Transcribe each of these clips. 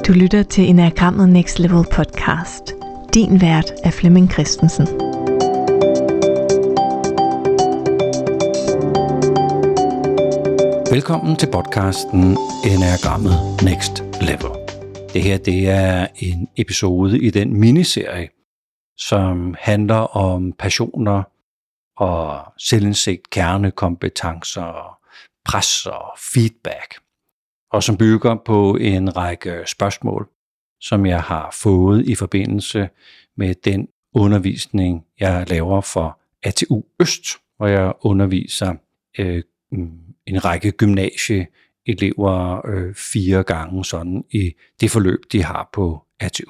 Du lytter til Enneagrammet Next Level podcast. Din vært er Flemming Christensen. Velkommen til podcasten Enneagrammet Next Level. Det her er en episode i den miniserie, som handler om passioner og selvindsigt, kernekompetencer, pres og feedback, og som bygger på en række spørgsmål, som jeg har fået i forbindelse med den undervisning, jeg laver for ATU Øst, hvor jeg underviser en række gymnasieelever 4 gange sådan i det forløb, de har på ATU.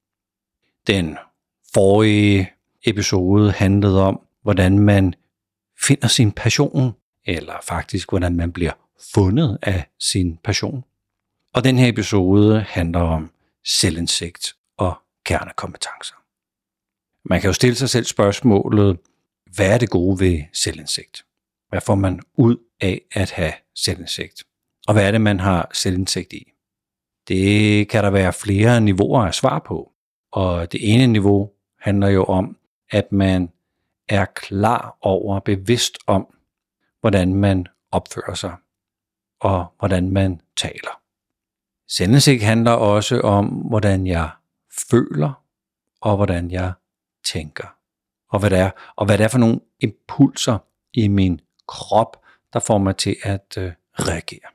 Den forrige episode handlede om, hvordan man finder sin passion, eller faktisk, hvordan man bliver fundet af sin passion. Og den her episode handler om selvindsigt og kernekompetencer. Man kan jo stille sig selv spørgsmålet, hvad er det gode ved selvindsigt? Hvad får man ud af at have selvindsigt? Og hvad er det, man har selvindsigt i? Det kan der være flere niveauer at svare på. Og det ene niveau handler jo om, at man er klar over, bevidst om, hvordan man opfører sig og hvordan man taler. Selvindsigt handler også om, hvordan jeg føler og hvordan jeg tænker. Og hvad det er for nogle impulser i min krop, der får mig til at reagere.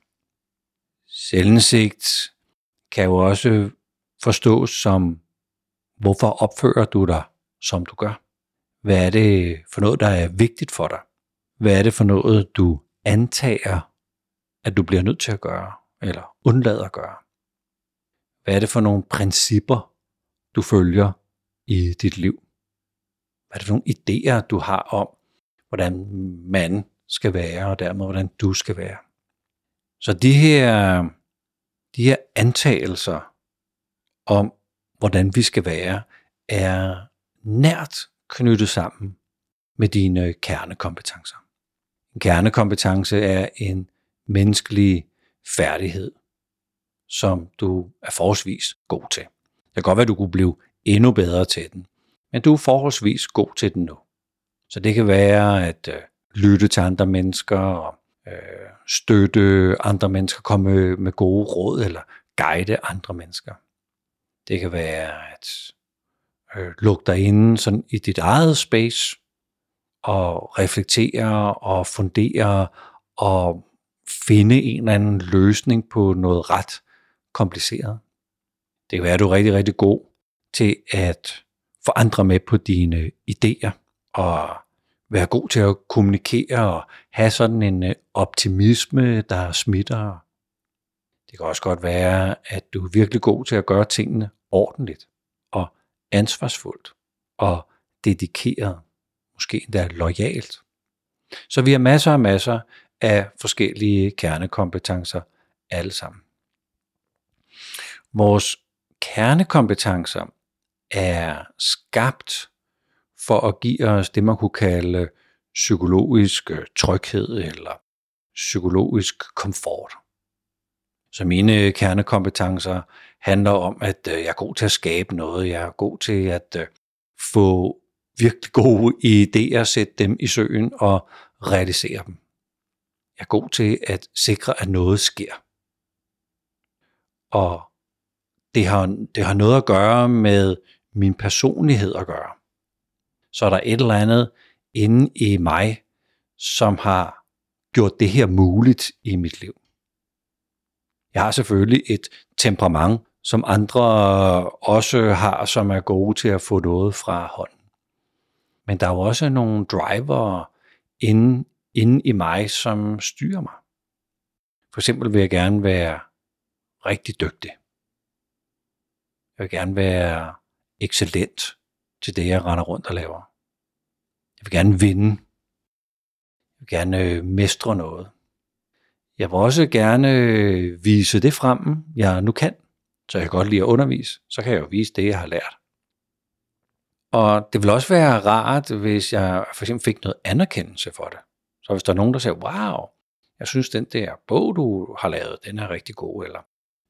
Selvindsigt kan jo også forstås som, hvorfor opfører du dig, som du gør? Hvad er det for noget, der er vigtigt for dig? Hvad er det for noget, du antager, at du bliver nødt til at gøre, eller undlader at gøre? Hvad er det for nogle principper, du følger i dit liv? Hvad er det for nogle idéer, du har om, hvordan man skal være, og dermed hvordan du skal være? Så de her antagelser om, hvordan vi skal være, er nært knyttet sammen med dine kernekompetencer. En kernekompetence er en menneskelig færdighed, som du er forholdsvis god til. Det kan godt være, at du kunne blive endnu bedre til den, men du er forholdsvis god til den nu. Så det kan være at lytte til andre mennesker, og støtte andre mennesker, komme med gode råd eller guide andre mennesker. Det kan være at lukke dig inde sådan i dit eget space og reflektere og fundere og finde en eller anden løsning på noget ret kompliceret. Det kan være, at du er rigtig, rigtig god til at få andre med på dine idéer og være god til at kommunikere og have sådan en optimisme, der smitter. Det kan også godt være, at du er virkelig god til at gøre tingene ordentligt og ansvarsfuldt og dedikeret, måske endda loyalt. Så vi har masser af forskellige kernekompetencer alle sammen. Vores kernekompetencer er skabt for at give os det, man kunne kalde psykologisk tryghed eller psykologisk komfort. Så mine kernekompetencer handler om, at jeg er god til at skabe noget. Jeg er god til at få virkelig gode idéer, sætte dem i søen og realisere dem. Jeg er god til at sikre, at noget sker. Og det har noget at gøre med min personlighed at gøre. Så er der et eller andet inde i mig, som har gjort det her muligt i mit liv. Jeg har selvfølgelig et temperament, som andre også har, som er gode til at få noget fra hånden. Men der er jo også nogle driver inde i mig, som styrer mig. For eksempel vil jeg gerne være rigtig dygtig. Jeg vil gerne være excellent til det, jeg render rundt og laver. Jeg vil gerne vinde. Jeg vil gerne mestre noget. Jeg vil også gerne vise det frem, jeg nu kan. Så jeg kan godt lide at undervise. Så kan jeg jo vise det, jeg har lært. Og det vil også være rart, hvis jeg for eksempel fik noget anerkendelse for det. Så hvis der er nogen, der siger, wow, jeg synes den der bog, du har lavet, den er rigtig god. Eller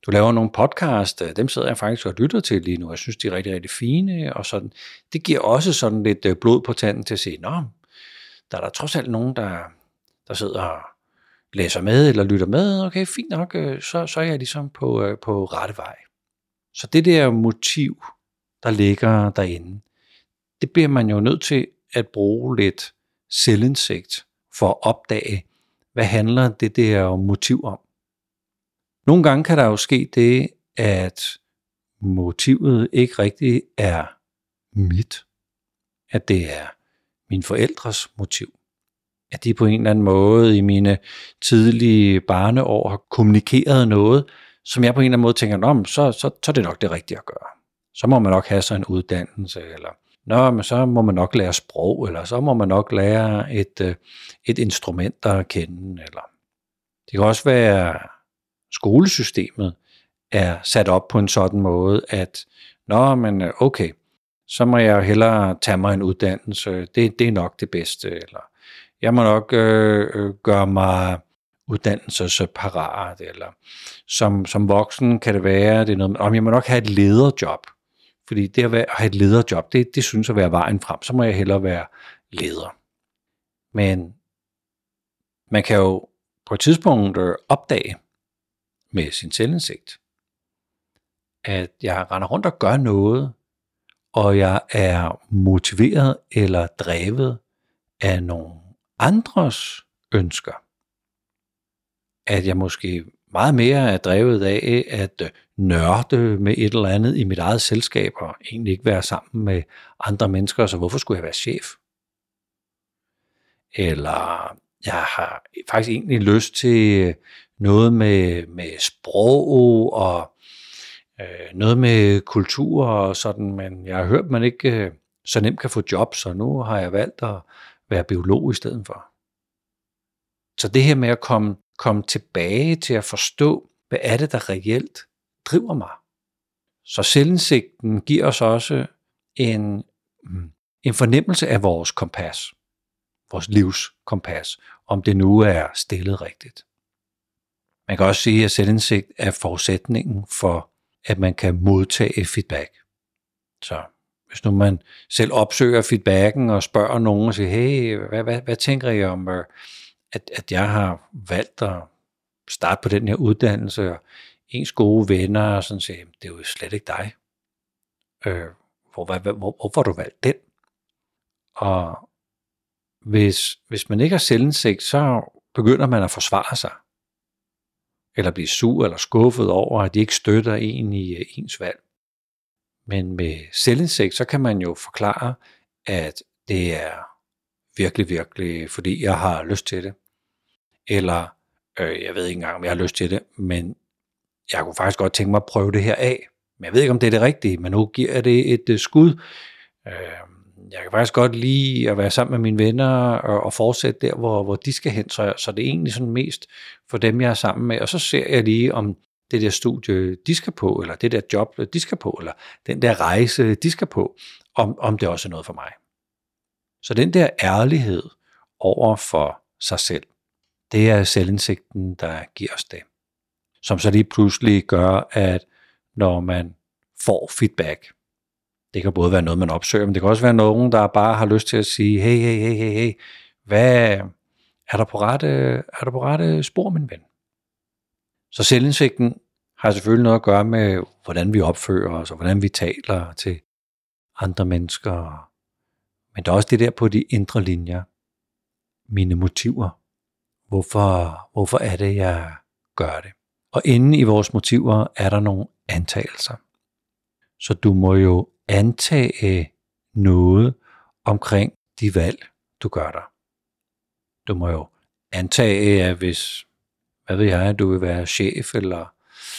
Du laver nogle podcast, dem sidder jeg faktisk og lytter til lige nu. Jeg synes, de er rigtig, rigtig fine, og sådan. Det giver også sådan lidt blod på tanden til at sige, nå, der er der trods alt nogen, der sidder og læser med eller lytter med. Okay, fint nok, så er jeg ligesom på rette vej. Så det der motiv, der ligger derinde, det bliver man jo nødt til at bruge lidt selvindsigt for at opdage, hvad handler det der motiv om. Nogle gange kan der jo ske det, at motivet ikke rigtig er mit. At det er mine forældres motiv. At de på en eller anden måde i mine tidlige barneår har kommunikeret noget, som jeg på en eller anden måde tænker, så er det nok det rigtige at gøre. Så må man nok have sig en uddannelse, eller men så må man nok lære sprog, eller så må man nok lære et instrument at kende. Eller det kan også være, skolesystemet er sat op på en sådan måde, at okay, så må jeg hellere tage mig en uddannelse, det er nok det bedste, eller jeg må nok gøre mig uddannelsesparat, eller som voksen kan det være, det er noget, jeg må nok have et lederjob, fordi det at have et lederjob, det synes at være vejen frem, så må jeg hellere være leder. Men man kan jo på et tidspunkt opdage med sin selvindsigt, at jeg render rundt og gør noget, og jeg er motiveret eller drevet af nogle andres ønsker. At jeg måske meget mere er drevet af at nørde med et eller andet i mit eget selskab, og egentlig ikke være sammen med andre mennesker, så hvorfor skulle jeg være chef? Eller jeg har faktisk egentlig lyst til noget med sprog og noget med kultur og sådan, men jeg har hørt, at man ikke så nemt kan få job, så nu har jeg valgt at være biolog i stedet for. Så det her med at komme tilbage til at forstå, hvad er det, der reelt driver mig. Så selvindsigten giver os også en fornemmelse af vores kompas, vores livskompas, om det nu er stillet rigtigt. Man kan også sige, at selvindsigt er forudsætningen for, at man kan modtage feedback. Så hvis nu man selv opsøger feedbacken og spørger nogen og siger, hey, hvad tænker I om, at jeg har valgt at starte på den her uddannelse, og ens gode venner og sådan siger, det er jo slet ikke dig. Hvorfor har du valgt den? Og hvis man ikke har selvindsigt, så begynder man at forsvare sig, eller blive sur eller skuffet over, at de ikke støtter en i ens valg. Men med selvindsigt, så kan man jo forklare, at det er virkelig, virkelig, fordi jeg har lyst til det. Eller, jeg ved ikke engang, om jeg har lyst til det, men jeg kunne faktisk godt tænke mig at prøve det her af. Men jeg ved ikke, om det er det rigtige, men nu giver jeg det et skud. Jeg kan faktisk godt lide at være sammen med mine venner og fortsætte der, hvor de skal hen. Så det er egentlig sådan mest for dem, jeg er sammen med. Og så ser jeg lige, om det der studie, de skal på, eller det der job, de skal på, eller den der rejse, de skal på, om det også er noget for mig. Så den der ærlighed over for sig selv, det er selvindsigten, der giver os det. Som så lige pludselig gør, at når man får feedback, det kan både være noget, man opsøger, men det kan også være nogen, der bare har lyst til at sige, hey, hvad er der på rette spor, min ven? Så selvindsigten har selvfølgelig noget at gøre med, hvordan vi opfører os, og hvordan vi taler til andre mennesker. Men der er også det der på de indre linjer. Mine motiver. Hvorfor er det, jeg gør det? Og inde i vores motiver er der nogle antagelser. Så du må jo antage noget omkring de valg, du gør dig. Du må jo antage, at hvis, du vil være chef, eller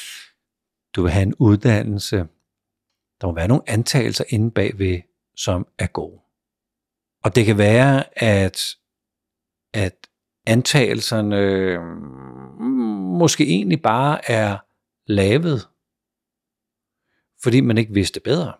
du vil have en uddannelse, der må være nogle antagelser inde bagved, som er gode. Og det kan være, at antagelserne måske egentlig bare er lavet, fordi man ikke vidste bedre.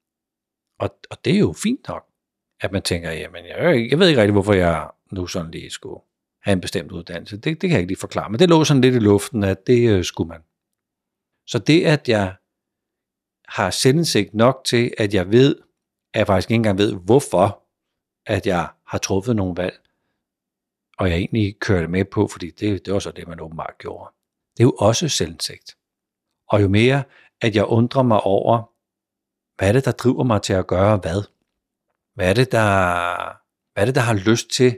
Og det er jo fint nok, at man tænker, jamen jeg ved ikke rigtig, hvorfor jeg nu sådan lige skulle have en bestemt uddannelse. Det kan jeg ikke lige forklare, men det lå sådan lidt i luften, at det skulle man. Så det, at jeg har selvindsigt nok til, at jeg ved, at jeg faktisk ikke engang ved, hvorfor at jeg har truffet nogle valg, og jeg egentlig kørte med på, fordi det var så det, man åbenbart gjorde. Det er jo også selvindsigt. Og jo mere, at jeg undrer mig over, hvad er det, der driver mig til at gøre hvad? Hvad er det, der har lyst til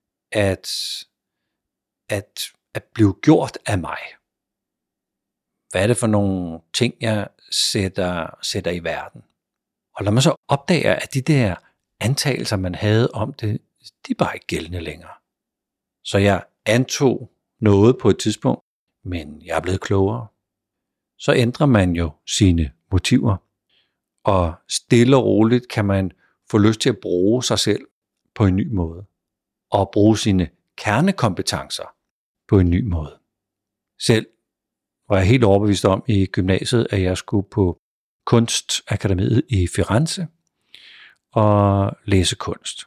at blive gjort af mig? Hvad er det for nogle ting, jeg sætter i verden? Og når man så opdager, at de der antagelser, man havde om det, de er bare ikke gældende længere. Så jeg antog noget på et tidspunkt, men jeg er blevet klogere. Så ændrer man jo sine motiver, og stille og roligt kan man få lyst til at bruge sig selv på en ny måde, og bruge sine kernekompetencer på en ny måde. Selv var jeg helt overbevist om i gymnasiet, at jeg skulle på Kunstakademiet i Firenze og læse kunst.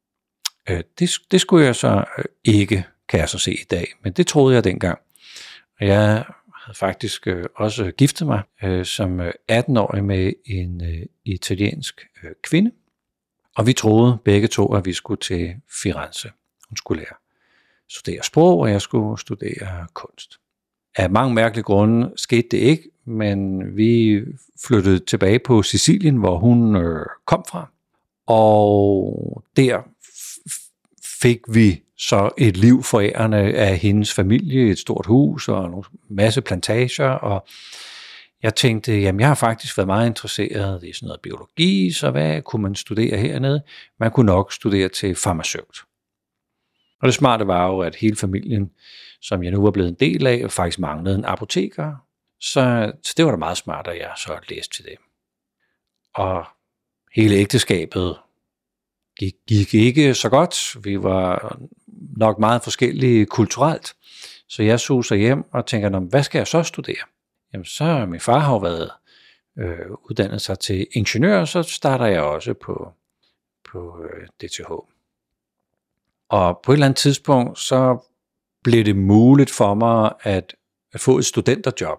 Det skulle jeg så ikke, kan jeg så se i dag, men det troede jeg dengang. Og jeg havde faktisk også giftet mig som 18-årig med en italiensk kvinde, og vi troede begge to, at vi skulle til Firenze. Hun skulle studere sprog, og jeg skulle studere kunst. Af mange mærkelige grunde skete det ikke, men vi flyttede tilbage på Sicilien, hvor hun kom fra. Og der fik vi så et liv forærende af hendes familie, et stort hus og en masse plantager. Og jeg tænkte, jamen jeg har faktisk været meget interesseret i sådan noget biologi, så hvad kunne man studere hernede? Man kunne nok studere til farmaceut. Og det smarte var jo, at hele familien, som jeg nu var blevet en del af, faktisk manglede en apoteker. Så det var da meget smart, at jeg så læste til det. Og hele ægteskabet gik ikke så godt. Vi var nok meget forskellige kulturelt. Så jeg suser hjem og tænker, hvad skal jeg så studere? Jamen så min far har jo været uddannet sig til ingeniør, så starter jeg også på DTH. Og på et eller andet tidspunkt, så blev det muligt for mig at få et studenterjob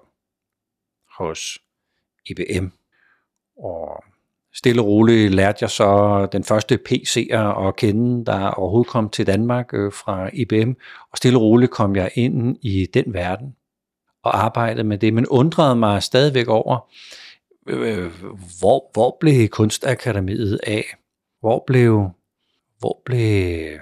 hos IBM. Og stille og roligt lærte jeg så den første PC'er at kende, der overhovedet kom til Danmark fra IBM. Og stille og roligt kom jeg ind i den verden og arbejdede med det, men undrede mig stadigvæk over, hvor blev Kunstakademiet af? Hvor blev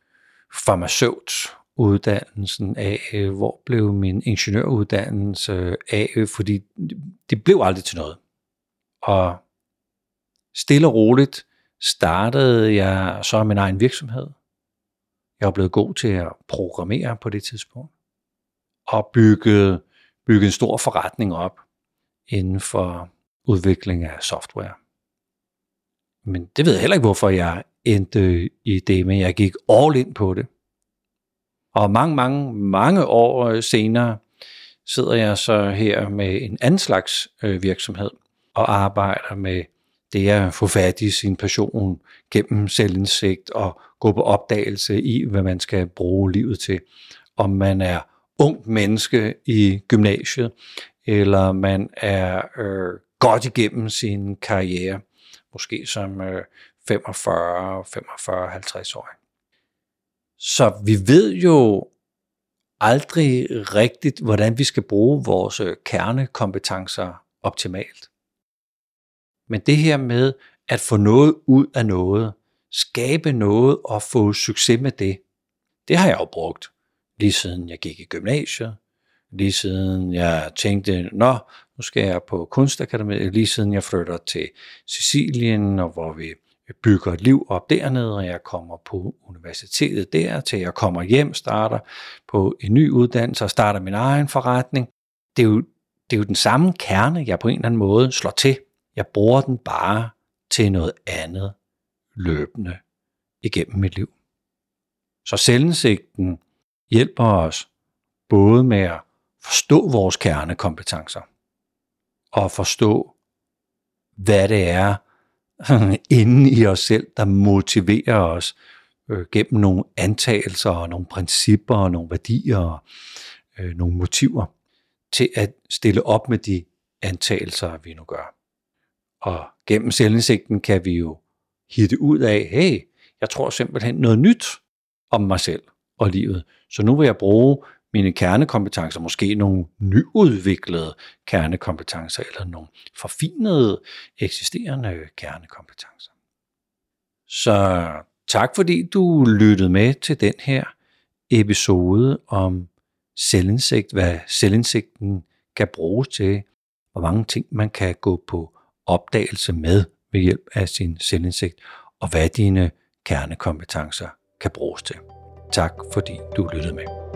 farmaceutuddannelsen af? Hvor blev min ingeniøruddannelse af? Fordi det blev aldrig til noget. Og stille og roligt startede jeg så min egen virksomhed. Jeg var blevet god til at programmere på det tidspunkt. Og bygge en stor forretning op inden for udvikling af software. Men det ved jeg heller ikke, hvorfor jeg endte i det, men jeg gik all in på det. Og mange år senere sidder jeg så her med en anden slags virksomhed og arbejder med det at få fat i sin passion gennem selvindsigt og gå på opdagelse i, hvad man skal bruge livet til. Om man er ung menneske i gymnasiet, eller man er godt igennem sin karriere, måske som 45, 50 år. Så vi ved jo aldrig rigtigt, hvordan vi skal bruge vores kernekompetencer optimalt. Men det her med at få noget ud af noget, skabe noget og få succes med det har jeg jo brugt lige siden jeg gik i gymnasiet, lige siden jeg tænkte, nu skal jeg på Kunstakademiet, lige siden jeg flytter til Sicilien, og hvor vi bygger et liv op dernede, og jeg kommer på universitetet der, til jeg kommer hjem, starter på en ny uddannelse og starter min egen forretning. Det er jo den samme kerne, jeg på en eller anden måde slår til. Jeg bruger den bare til noget andet løbende igennem mit liv. Så selvindsigten hjælper os både med at forstå vores kernekompetencer og forstå, hvad det er inde i os selv, der motiverer os gennem nogle antagelser og nogle principper og nogle værdier og nogle motiver til at stille op med de antagelser, vi nu gør. Og gennem selvindsigten kan vi jo hitte ud af, hey, jeg tror simpelthen noget nyt om mig selv og livet. Så nu vil jeg bruge mine kernekompetencer, måske nogle nyudviklede kernekompetencer, eller nogle forfinede eksisterende kernekompetencer. Så tak fordi du lyttede med til den her episode om selvindsigt, hvad selvindsigten kan bruges til, hvor mange ting man kan gå på opdagelse med ved hjælp af sin selvindsigt, og hvad dine kernekompetencer kan bruges til. Tak fordi du lyttede med.